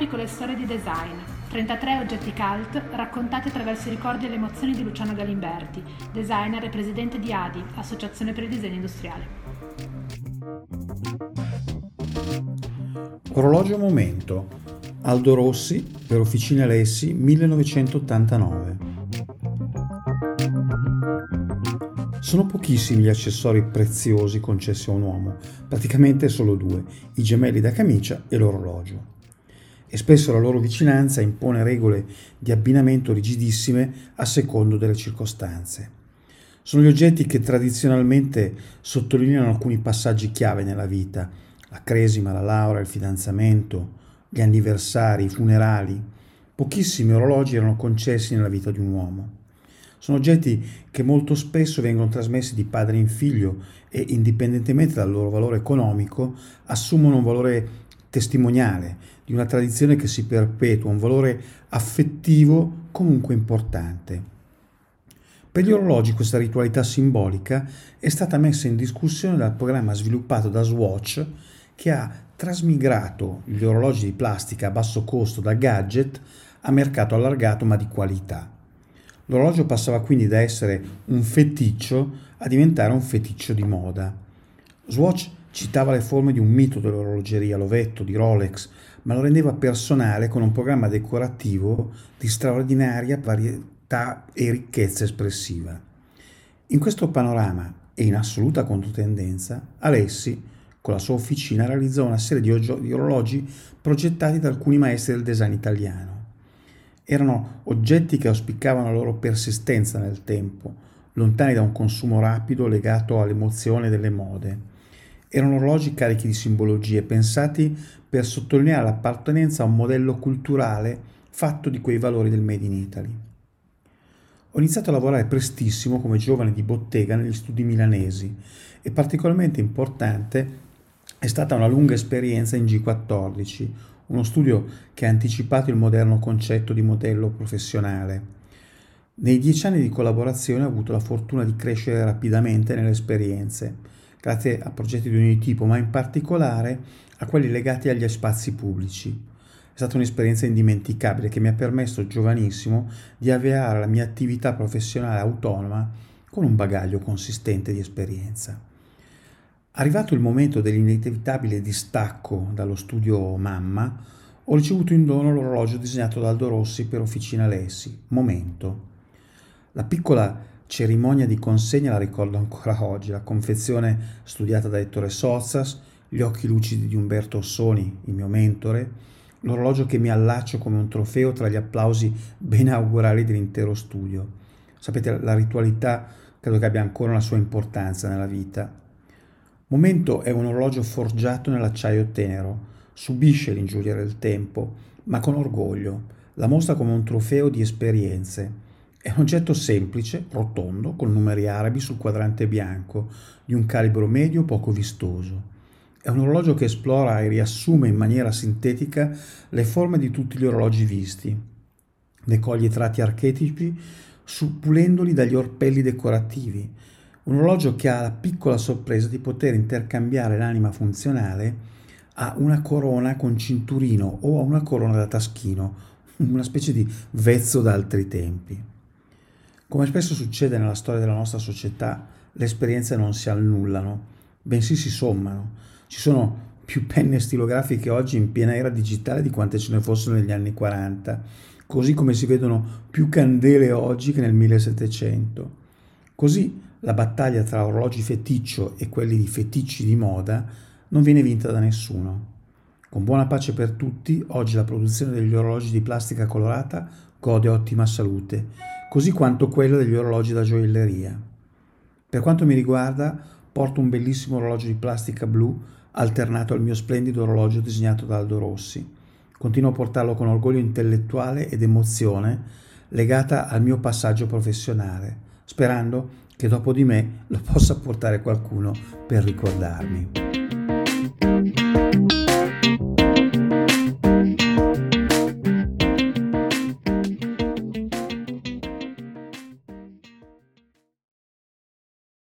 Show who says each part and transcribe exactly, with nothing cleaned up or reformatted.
Speaker 1: piccole storie di design, trentatré oggetti cult raccontati attraverso i ricordi e le emozioni di Luciano Galimberti, designer e presidente di A D I, Associazione per il Disegno Industriale.
Speaker 2: Orologio Momento, Aldo Rossi, per Officine Alessi, millenovecentottantanove. Sono pochissimi gli accessori preziosi concessi a un uomo, praticamente solo due, i gemelli da camicia e l'orologio. E spesso la loro vicinanza impone regole di abbinamento rigidissime a secondo delle circostanze. Sono gli oggetti che tradizionalmente sottolineano alcuni passaggi chiave nella vita: la cresima, la laurea, il fidanzamento, gli anniversari, i funerali. Pochissimi orologi erano concessi nella vita di un uomo. Sono oggetti che molto spesso vengono trasmessi di padre in figlio e, indipendentemente dal loro valore economico, assumono un valore testimoniale di una tradizione che si perpetua, un valore affettivo comunque importante. Per gli orologi questa ritualità simbolica è stata messa in discussione dal programma sviluppato da Swatch, che ha trasmigrato gli orologi di plastica a basso costo da gadget a mercato allargato ma di qualità. L'orologio passava quindi da essere un feticcio a diventare un feticcio di moda. Swatch citava le forme di un mito dell'orologeria, l'ovetto di Rolex, ma lo rendeva personale con un programma decorativo di straordinaria varietà e ricchezza espressiva. In questo panorama e in assoluta controtendenza, Alessi, con la sua officina, realizzò una serie di, og- di orologi progettati da alcuni maestri del design italiano. Erano oggetti che auspicavano la loro persistenza nel tempo, lontani da un consumo rapido legato all'emozione delle mode. Erano orologi carichi di simbologie, pensati per sottolineare l'appartenenza a un modello culturale fatto di quei valori del Made in Italy. Ho iniziato a lavorare prestissimo come giovane di bottega negli studi milanesi e particolarmente importante è stata una lunga esperienza in G quattordici, uno studio che ha anticipato il moderno concetto di modello professionale. Nei dieci anni di collaborazione ho avuto la fortuna di crescere rapidamente nelle esperienze, grazie a progetti di ogni tipo, ma in particolare a quelli legati agli spazi pubblici. È stata un'esperienza indimenticabile che mi ha permesso giovanissimo di avviare la mia attività professionale autonoma con un bagaglio consistente di esperienza. Arrivato il momento dell'inevitabile distacco dallo studio mamma, ho ricevuto in dono l'orologio disegnato da Aldo Rossi per Officine Alessi, Momento. La piccola cerimonia di consegna la ricordo ancora oggi, la confezione studiata da Ettore Sozzas, gli occhi lucidi di Umberto Ossoni, il mio mentore, l'orologio che mi allaccio come un trofeo tra gli applausi benaugurali dell'intero studio. Sapete, la ritualità credo che abbia ancora una sua importanza nella vita. Momento è un orologio forgiato nell'acciaio tenero, subisce l'ingiuria del tempo, ma con orgoglio, la mostra come un trofeo di esperienze. È un oggetto semplice, rotondo, con numeri arabi sul quadrante bianco, di un calibro medio poco vistoso. È un orologio che esplora e riassume in maniera sintetica le forme di tutti gli orologi visti. Ne coglie tratti archetipi, suppulendoli dagli orpelli decorativi. Un orologio che ha la piccola sorpresa di poter intercambiare l'anima funzionale a una corona con cinturino o a una corona da taschino, una specie di vezzo da altri tempi. Come spesso succede nella storia della nostra società, le esperienze non si annullano, bensì si sommano. Ci sono più penne stilografiche oggi in piena era digitale di quante ce ne fossero negli anni quaranta, così come si vedono più candele oggi che nel millesettecento. Così la battaglia tra orologi feticcio e quelli di feticci di moda non viene vinta da nessuno. Con buona pace per tutti, oggi la produzione degli orologi di plastica colorata gode ottima salute, così quanto quella degli orologi da gioielleria. Per quanto mi riguarda, porto un bellissimo orologio di plastica blu alternato al mio splendido orologio disegnato da Aldo Rossi. Continuo a portarlo con orgoglio intellettuale ed emozione legata al mio passaggio professionale, sperando che dopo di me lo possa portare qualcuno per ricordarmi.